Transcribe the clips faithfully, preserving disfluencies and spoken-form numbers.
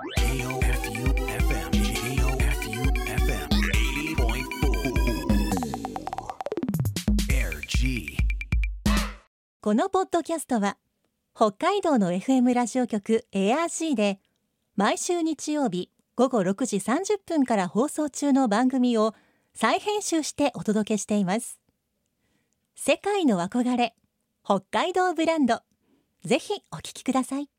ジェイオーエフユーエフエム ジェイオーエフユーエフエム はちじゅうてんよん エアジー。 このポッドキャストは北海道の エフエム ラジオ局 エアジー で毎週日曜日ごごろくじさんじゅっぷんから放送中の番組を再編集してお届けしています。世界の憧れ北海道ブランド、ぜひお聞きください。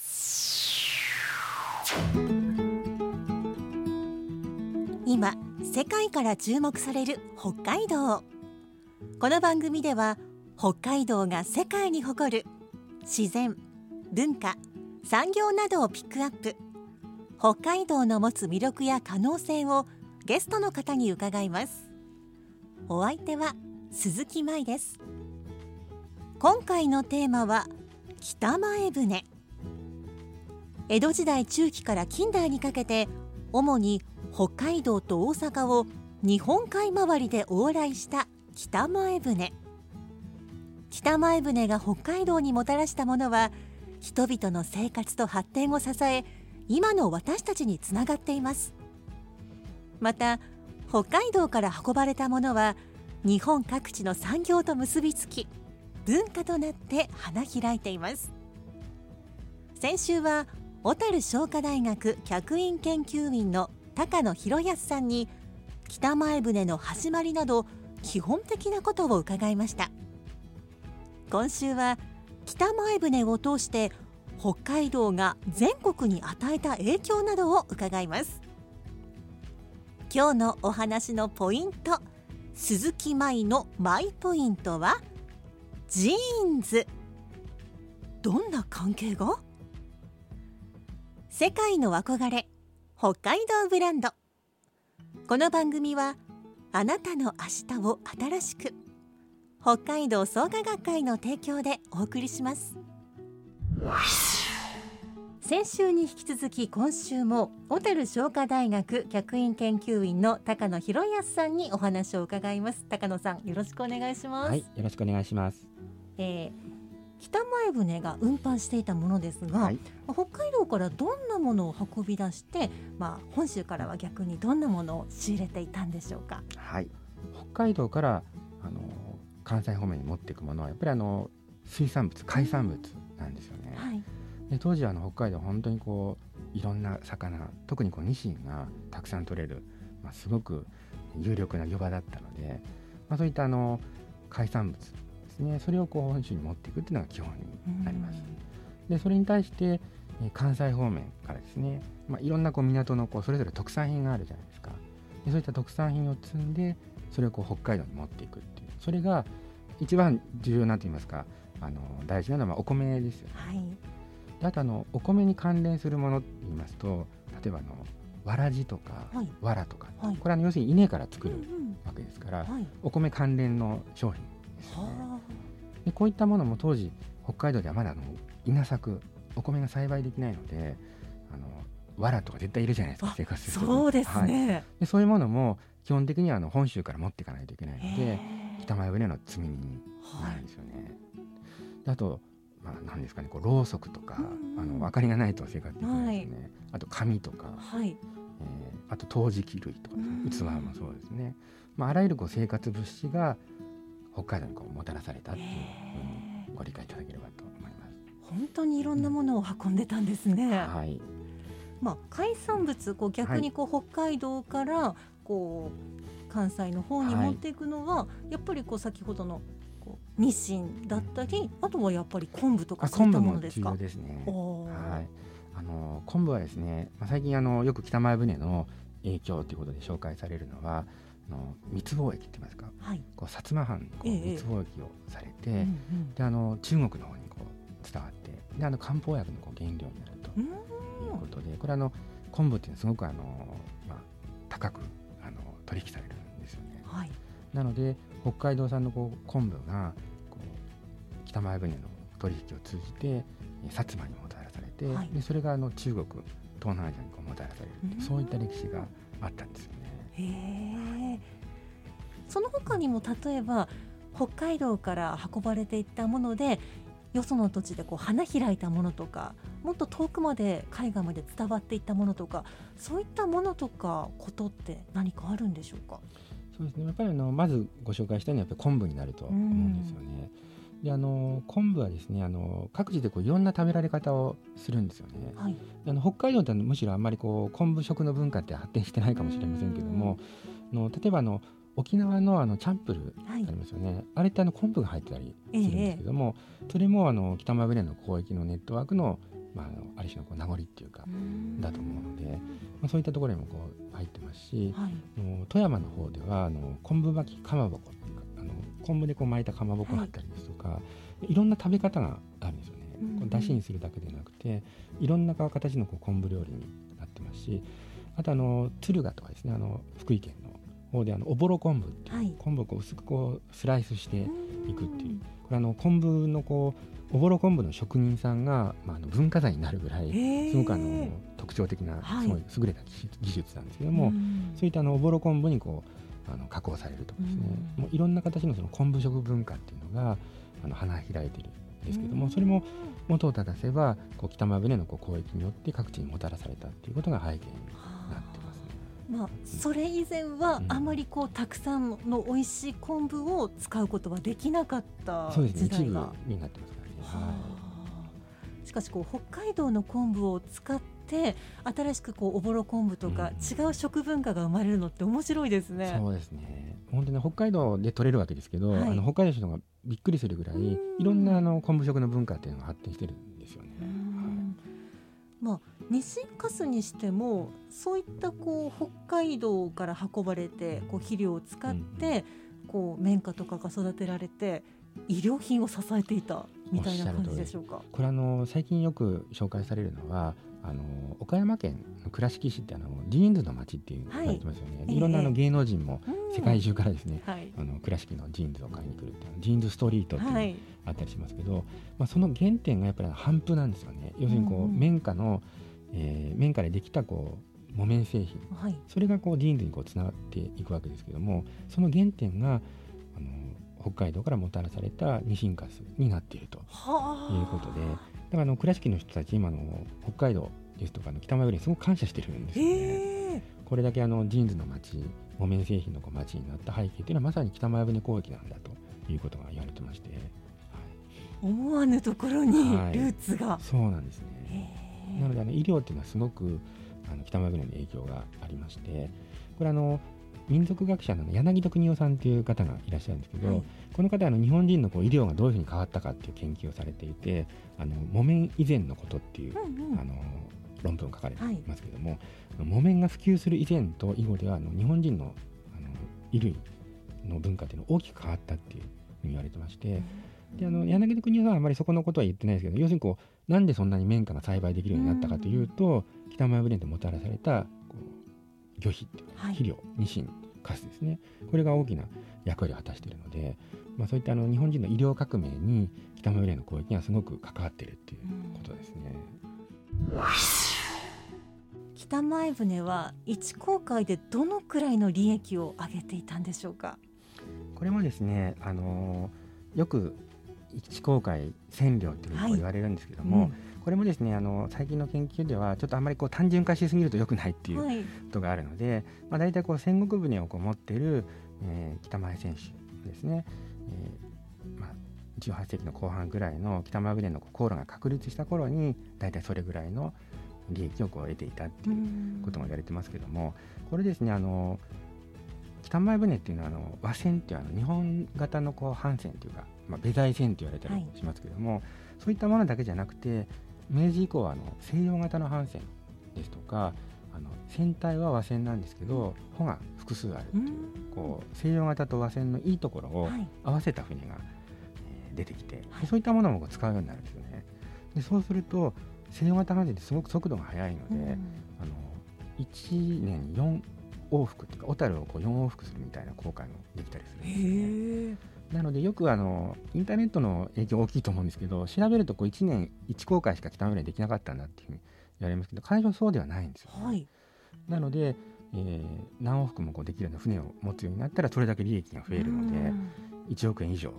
今世界から注目される北海道。この番組では北海道が世界に誇る自然、文化、産業などをピックアップ。北海道の持つ魅力や可能性をゲストの方に伺います。お相手は鈴木舞です。今回のテーマは北前船。江戸時代中期から近代にかけて主に北海道と大阪を日本海回りで往来した北前船。北前船が北海道にもたらしたものは人々の生活と発展を支え、今の私たちにつながっています。また北海道から運ばれたものは日本各地の産業と結びつき、文化となって花開いています。先週は小樽商科大学客員研究員の高野博康さんに北前船の始まりなど基本的なことを伺いました。今週は北前船を通して北海道が全国に与えた影響などを伺います。今日のお話のポイント、鈴木舞のマイポイントはジーンズ。どんな関係が？世界の憧れ北海道ブランド。この番組はあなたの明日を新しく、北海道創価学会の提供でお送りします。先週に引き続き今週も小樽商科大学客員研究員の高野博康さんにお話を伺います。高野さん、よろしくお願いします。 はい、よろしくお願いします。 えー、北前船が運搬していたものですが、はい、北海道からどんなものを運び出して、まあ、本州からは逆にどんなものを仕入れていたんでしょうか？ はい、北海道からあの関西方面に持っていくものはやっぱりあの水産物、海産物なんですよね。はい、で当時はあの北海道本当にこういろんな魚、特にこうニシンがたくさん取れる、まあ、すごく有力な漁場だったので、まあ、そういったあの海産物ですね、それをこう本州に持っていくっていうのが基本になります。でそれに対して関西方面からですね、まあ、いろんなこう港のこうそれぞれ特産品があるじゃないですか。でそういった特産品を積んでそれをこう北海道に持っていくっていう、それが一番重要なと言いますか、あの大事なのはまあお米ですよね。はい、であとあのお米に関連するものって言いますと、例えばあのわらじとか、はい、わらとか、はい、これは要するに稲から作るわけですから、うんうんはい、お米関連の商品ですよね。でこういったものも当時北海道ではまだあの稲作、お米が栽培できないので、あのわらとか絶対いるじゃないですか、生活すると。 そうですね。はい、 でそういうものも基本的にはあの本州から持っていかないといけないので、北前船の積み荷になるんですよね。はい、であと、まあ、何ですかね、こうろうそくとか、うん、あの明かりがないと生活できないですね。はい、あと紙とか、はいえー、あと陶磁器類とか、ね、器もそうですね。まあ、あらゆるこう生活物資が北海道にこうもたらされたっていうふうにご理解いただければと思います。 本当にいろんなものを運んでたんですね。うんはいまあ、海産物こう逆にこう北海道からこう関西の方に持っていくのは、はい、やっぱりこう先ほどのこうニシンだったり、あとはやっぱり昆布とかそういったものですか？ 昆布も重要ですね。はい、あの昆布はですね、まあ、最近あのよく北前船の影響ということで紹介されるのはあの密貿易って言いますか、はい、こう薩摩藩にこう密貿易をされて、ええうんうん、であの中国の方にこう伝わって、であの漢方薬のこう原料になるということで、これあの昆布っていうのはすごくあの、まあ、高くあの取引されるんですよね。はい、なので北海道産のこう昆布がこう北前船の取引を通じて薩摩にもたらされて、はい、でそれがあの中国、東南アジアにこうもたらされる、そういった歴史があったんですよね。 へー。その他にも例えば北海道から運ばれていったものでよその土地でこう花開いたものとか、もっと遠くまで海外まで伝わっていったものとか、そういったものとかことって何かあるんでしょうか？ そうですね、やっぱりあのまずご紹介したようにやっぱり昆布になると思うんですよね。であの昆布はですね、あの各地でこういろんな食べられ方をするんですよね。はい、あの北海道ってむしろあんまりこう昆布食の文化って発展してないかもしれませんけども、あの例えばあの沖縄 の, あのチャンプルありますよね、はい、あれってあの昆布が入ってたりするんですけども、えー、それもあの北前船の交易のネットワークの、まあ、あのある種のこう名残っていうかだと思うので、まあ、そういったところにもこう入ってますし、はい、の富山の方ではあの昆布巻きかまぼこっていうか、あの昆布でこう巻いたかまぼこがあったりですとか、はい、いろんな食べ方があるんですよね。こう出汁にするだけでなくていろんな形のこう昆布料理になってますし、あとあの敦賀とかですね、あの福井県の方であのおぼろ昆布っていう、はい、昆布をこう薄くこうスライスしていくっていう、これあの昆布のこうおぼろ昆布の職人さんが、まあ、あの文化財になるぐらいすごくあの特徴的なすごい優れた技術なんですけども、はい、そういったあのおぼろ昆布にこうあの加工されるとかですね、もういろんな形のその昆布食文化っていうのがあの花開いているんですけども、それも元を正せばこう北前船のこう交易によって各地にもたらされたっていうことが背景になってます。 まあ、それ以前はあまりこうたくさんの美味しい昆布を使うことはできなかった時代が、そうですね、 一部になってますからね。はい、 しかしこう北海道の昆布を使って新しくこうおぼろ昆布とか違う食文化が生まれるのって面白いですね。 うん、そうですね、本当に北海道で取れるわけですけど、はい、あの北海道の人がびっくりするぐらいいろんなあの昆布食の文化っていうのが発展してるんですよね。 まあ、ニシンカスにしてもそういったこう北海道から運ばれてこう肥料を使ってこう綿花とかが育てられて医療品を支えていたみたいな感じでしょうか？ これあの最近よく紹介されるのはあの岡山県の倉敷市ってあのジーンズの街っていうのが言ってますよね。はい、いろんなあの芸能人も世界中からですね、うん、はい、あの倉敷のジーンズを買いに来るっていうジーンズストリートっていうのがあったりしますけど、はい、まあ、その原点がやっぱり帆布なんですよね。要するにこう、うん、綿花の、えー、綿花でできたこう木綿製品、はい、それがこうジーンズにこうつながっていくわけですけども、その原点があの北海道からもたらされたニシンカスになっているということで、だからあの倉敷の人たち今の北海道ですとかの北前船にすごく感謝してるんですよね。これだけあのジーンズの街、木綿製品の街になった背景というのはまさに北前船交易なんだということが言われてまして、はい、 思わぬところにルーツが、はい、 そうなんですね。なのであの医療っていうのはすごくあの北前船の影響がありまして、これあの民族学者の柳戸邦夫さんという方がいらっしゃるんですけど、はい、この方はあの日本人のこう医療がどういうふうに変わったかっていう研究をされていて、あの木綿以前のことっていう、うんうん、あの論文を書かれていますけども、はい、木綿が普及する以前と以後ではあの日本人の、あの衣類の文化っていうのは大きく変わったっていうふうに言われてまして、うん、であの柳戸邦夫さんはあまりそこのことは言ってないですけど、要するにこうなんでそんなに綿花が栽培できるようになったかというと、うん、北前船でもたらされたこう魚皮っていうか、はい、肥料、ニシン、カスですね、これが大きな役割を果たしているので、まあ、そういったあの日本人の医療革命に北前船の交易にはすごく関わっているっていうことですね。うん、 北前船は一航海でどのくらいの利益を上げていたんでしょうか？ これもですね、あのー、よく一航海千両というふうに言われるんですけども、はい、うん、これもですね、あの最近の研究ではちょっとあんまりこう単純化しすぎると良くないっていうことがあるので、はい、まあ、大体こう戦国船をこう持っている、えー、北前船主ですね、えーまあ、じゅうはっせいきの後半ぐらいの北前船の航路が確立した頃に大体それぐらいの利益をこう得ていたっていうことが言われてますけども、これですね、あの北前船っていうのはあの和船っていうあの日本型のこう帆船というか、まあ、ベザイ船と言われたりしますけども、はい、そういったものだけじゃなくて明治以降はあの西洋型の帆船ですとか、あの船体は和船なんですけど帆が複数あるっていう、こう西洋型と和船のいいところを合わせた船が、えー、出てきて、はい、そういったものも使うようになるんですよね。でそうすると西洋型帆船ってすごく速度が速いので、うん、あのいちねんによん往復っていうか小樽をこうよん往復するみたいな航海もできたりするんですね。なのでよくあのインターネットの影響大きいと思うんですけど、調べるとこういちねんいち航海しか北前船できなかったんだっていうふうに言われますけど、海上そうではないんですよね。はい、なので、えー、何往復もこうできるような船を持つようになったらそれだけ利益が増えるのでいちおくえん以上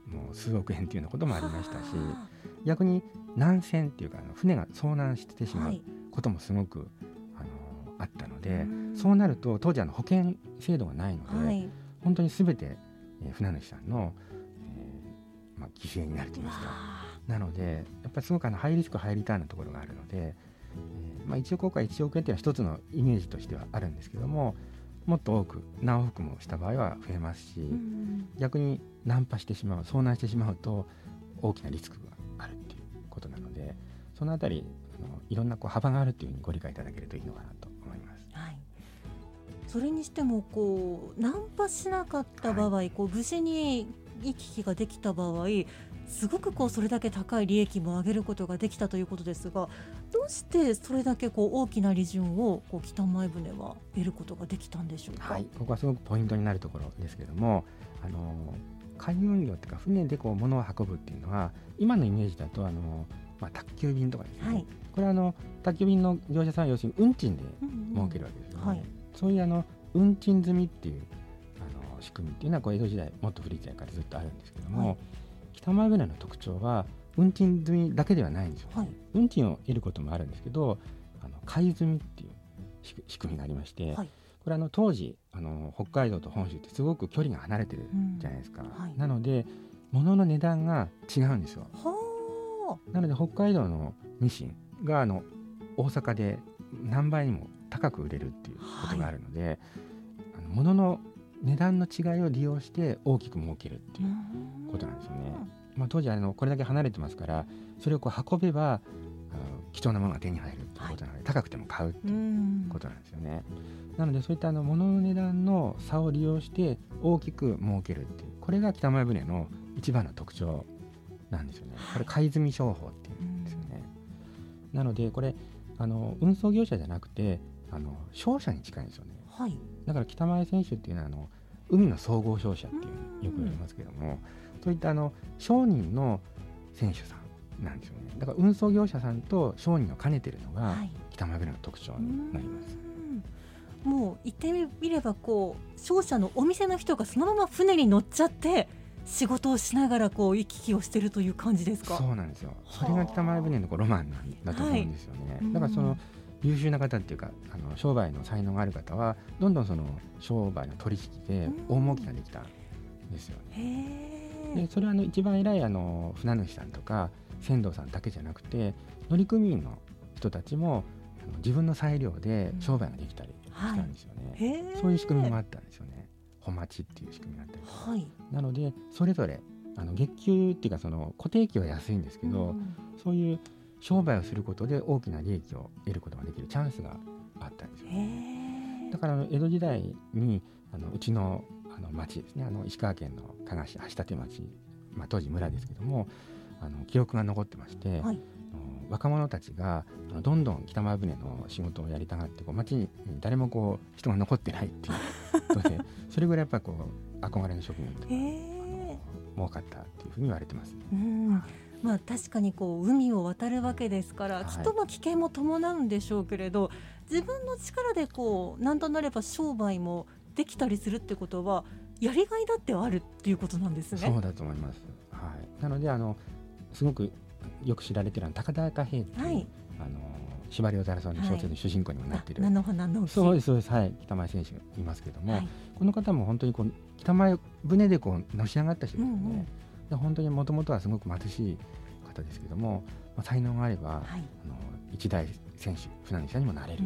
もう数億円っていうようなこともありましたし、逆に難船っていうかあの船が遭難してしまうこともすごく、はい、あのあったので、そうなると当時あの保険制度がないので、はい、本当に全て、えー、船主さんの、えーまあ、犠牲になるといいますか、なのでやっぱりすごくあのハイリスクハイリターンなところがあるので、えーまあ、いちおくおくはいちおくえんというのは一つのイメージとしてはあるんですけども、もっと多く何往復もした場合は増えますし、うん、逆に難破してしまう遭難してしまうと大きなリスクがあるっていうことなので、そのあたりあのいろんなこう幅があるというふうにご理解いただけるといいのかなと思います。 はい、それにしてもこう難破しなかった場合、はい、こう無事に行き来ができた場合、すごくこうそれだけ高い利益も上げることができたということですが、どうしてそれだけこう大きな利潤をこう北前船は得ることができたんでしょうか。 はい、ここはすごくポイントになるところですけども、あの海運業というか船でこう物を運ぶっていうのは今のイメージだとあの、まあ、宅急便とかですね、はい、これはあの宅急便の業者さんは要するに運賃で儲けるわけですよね、うんうんはい、そういうあの運賃済みっていうあの仕組みっていうのはこう江戸時代もっと古い時代からずっとあるんですけども、はい、北前船の特徴は運賃済みだけではないんですよ、ね、はい、運賃を得ることもあるんですけど、あの買い済みっていう仕組みがありまして、はい、これあの当時あの北海道と本州ってすごく距離が離れてるじゃないですか、うんはい、なので物の値段が違うんですよ。なので北海道のミシンがあの大阪で何倍にも高く売れるっていうことがあるので、はい、あの物の値段の違いを利用して大きく儲けるっていうことなんですよね。まあ、当時あのこれだけ離れてますから、それをこう運べば貴重なものが手に入るということなので、はい、高くても買うということなんですよね。なのでそういったあの物の値段の差を利用して大きく儲けるっていう、これが北前船の一番の特徴なんですよね。これ買い済み商法っていうんですよね。なのでこれあの運送業者じゃなくてあの商社に近いんですよね、はい、だから北前船主っていうのはあの海の総合商社っていうふうによく言われますけども、そういったあの商人の船主さんなんですよね。だから運送業者さんと商人を兼ねているのが北前船の特徴になります、 はい、もう言ってみればこう商社のお店の人がそのまま船に乗っちゃって仕事をしながらこう行き来をしているという感じですか。 そうなんですよ。それが北前船のこうロマンなんだと思うんですよね、はい、だからその優秀な方っていうかあの商売の才能がある方はどんどんその商売の取引で大儲けができたんですよね。でそれはあの一番偉いあの船主さんとか船頭さんだけじゃなくて乗組員の人たちもあの自分の裁量で商売ができたりしたんですよね、はい、そういう仕組みもあったんですよね。穂待ちっていう仕組みがあったりとか、はい、なのでそれぞれあの月給っていうかその固定給は安いんですけど、うん、そういう商売をすることで大きな利益を得ることができるチャンスがあったんですよ、ね、だから江戸時代にあのうちのあの町ですね、あの石川県の加賀市橋立町、まあ、当時村ですけどもあの記録が残ってまして、はい、若者たちがどんどん北前船の仕事をやりたがってこう町に誰もこう人が残ってないっていうことでそれぐらいやっぱりこう憧れの職人とか儲かったっていうふうに言われてます、ね、うんまあ、確かにこう海を渡るわけですから、はい、きっとまあ危険も伴うんでしょうけれど、自分の力でこう何となれば商売もできたりするってことはやりがいだってあるっていうことなんですね。 そうだと思います、はい、なのであのすごくよく知られている高田平っていう、はい、あの司馬遼太郎さんの小説の主人公にもなっている、 はい、菜の花のそうですそうです、はい、北前選手がいますけども、はい、この方も本当にこう北前船でこうのし上がった人ですよね、うんうん、で本当にもともとはすごく貧しい方ですけども、まあ、才能があれば、はい、あの一大選手船主さんにもなれるっていう、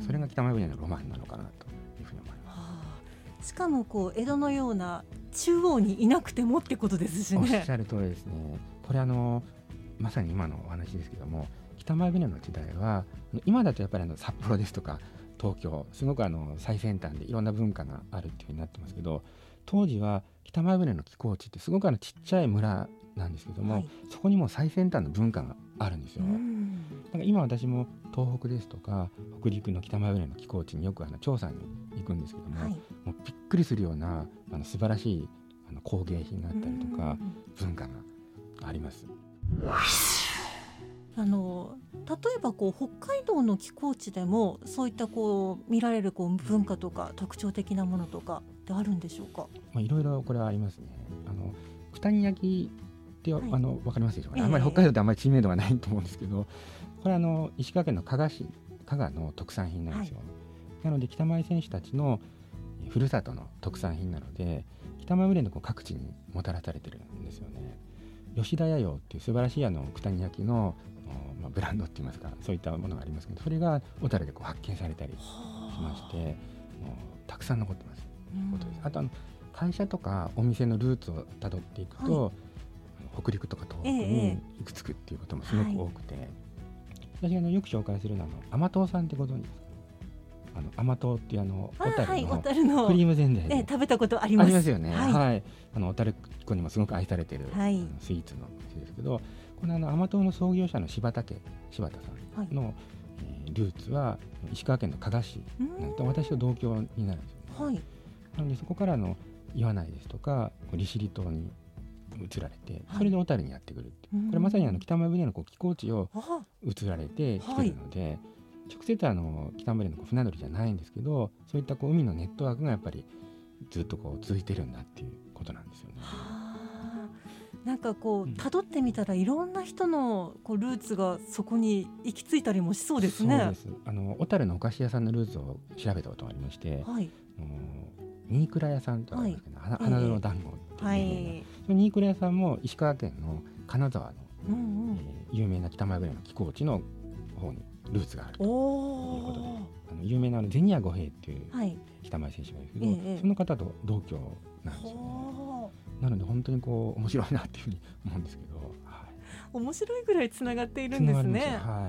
それが北前船のロマンなのかなというふうに思います、はあ、しかもこう江戸のような中央にいなくてもってことですしね。 おっしゃる通りですね。これあのまさに今のお話ですけども、北前船の時代は今だとやっぱりあの札幌ですとか東京すごくあの最先端でいろんな文化があるっていうふうになってますけど、当時は北前船の寄港地ってすごくあのちっちゃい村なんですけども、はい、そこにも最先端の文化があるんですよ。だから今私も東北ですとか北陸の北前船の寄港地によくあの調査に行くんですけども、はい、もうびっくりするようなあの素晴らしいあの工芸品があったりとか文化があります。 あの例えばこう北海道の寄港地でもそういったこう見られるこう文化とか特徴的なものとかってあるんでしょうか。 まあ、いろいろこれはありますね。あの九谷焼って、はい、あの分かりますでしょうかね、えー、あんまり北海道ってあんまり知名度がないと思うんですけど、これあの石川県の加賀市加賀の特産品なんですよ、はい、なので北前選手たちのふるさとの特産品なので、北前ブレンドこう各地にもたらされてるんですよね。吉田屋用っていう素晴らしいあの九谷焼の、まあ、ブランドっていいますか、そういったものがありますけど、それが小樽でこう発見されたりしまして、もうたくさん残ってますということです。あとあの会社とかお店のルーツをたどっていくと、はい、北陸とか東北に行くつくっていうこともすごく多くて、ええ、私があのよく紹介するのは甘党さんってご存知ですか？あの甘党っていうあの小樽のクリームぜんざいで、 ええ、食べたことあります。 ありますよね。はい、はい、あの小樽っ子にもすごく愛されている、はい、あのスイーツの店ですけど、このあの甘党の創業者の柴田家柴田さんの、はい、えー、ルーツは石川県の加賀市なんと、私と同郷になるんですよね。はい、なのでそこからの岩内ですとか利尻島に移られて、それで小樽にやってくるっていう、はい、これまさにあの北前船のこう寄港地を移られてきてるので、はい、直接あの北前船のこう船乗りじゃないんですけど、そういったこう海のネットワークがやっぱりずっとこう続いてるんだっていうことなんですよね。 はあ、なんかこう辿ってみたらいろんな人のこうルーツがそこに行き着いたりもしそうですね。 そうです。あの小樽のお菓子屋さんのルーツを調べたことがありまして、はい、新倉屋さんとありますけど、はい、花園団子っていう、はい、その新倉屋さんも石川県の金沢の、うんうん、えー、有名な北前船の寄港地の方にルーツがあるということで、あの有名なあの銭屋五平っていう北前選手がいるけど、はい、その方と同居なんですよね。なので本当にこう面白いなっていうふうに思うんですけど、はい、 面白いぐらいつながっているんですね。 はい、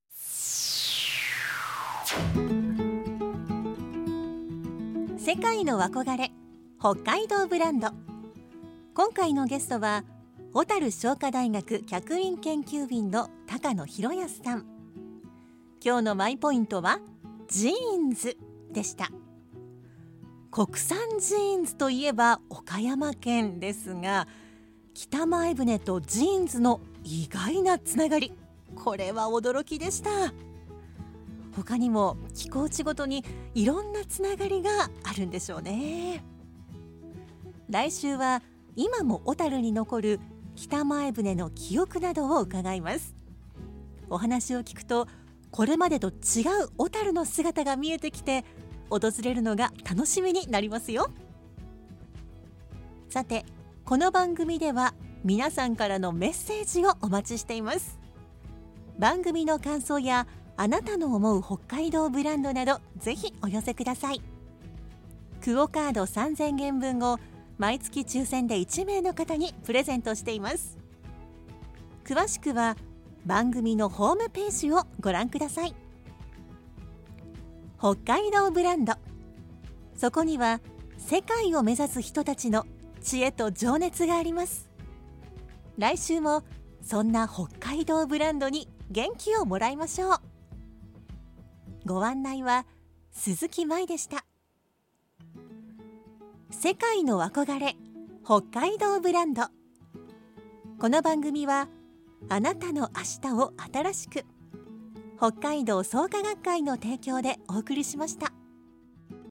世界の憧れ北海道ブランド。今回のゲストは小樽商科大学客員研究員の高野博康さん。今日のマイポイントはジーンズでした。国産ジーンズといえば岡山県ですが、北前船とジーンズの意外なつながり、これは驚きでした。他にも寄港地ごとにいろんなつながりがあるんでしょうね。来週は今も小樽に残る北前船の記憶などを伺います。お話を聞くとこれまでと違う小樽の姿が見えてきて、訪れるのが楽しみになりますよ。さて、この番組では皆さんからのメッセージをお待ちしています。番組の感想やあなたの思う北海道ブランドなどぜひお寄せください。クオカードさんぜんえん分を毎月抽選でいちめいの方にプレゼントしています。詳しくは番組のホームページをご覧ください。北海道ブランド、そこには世界を目指す人たちの知恵と情熱があります。来週もそんな北海道ブランドに元気をもらいましょう。ご案内は鈴木舞でした。世界の憧れ北海道ブランド。この番組はあなたの明日を新しく、北海道創価学会の提供でお送りしました。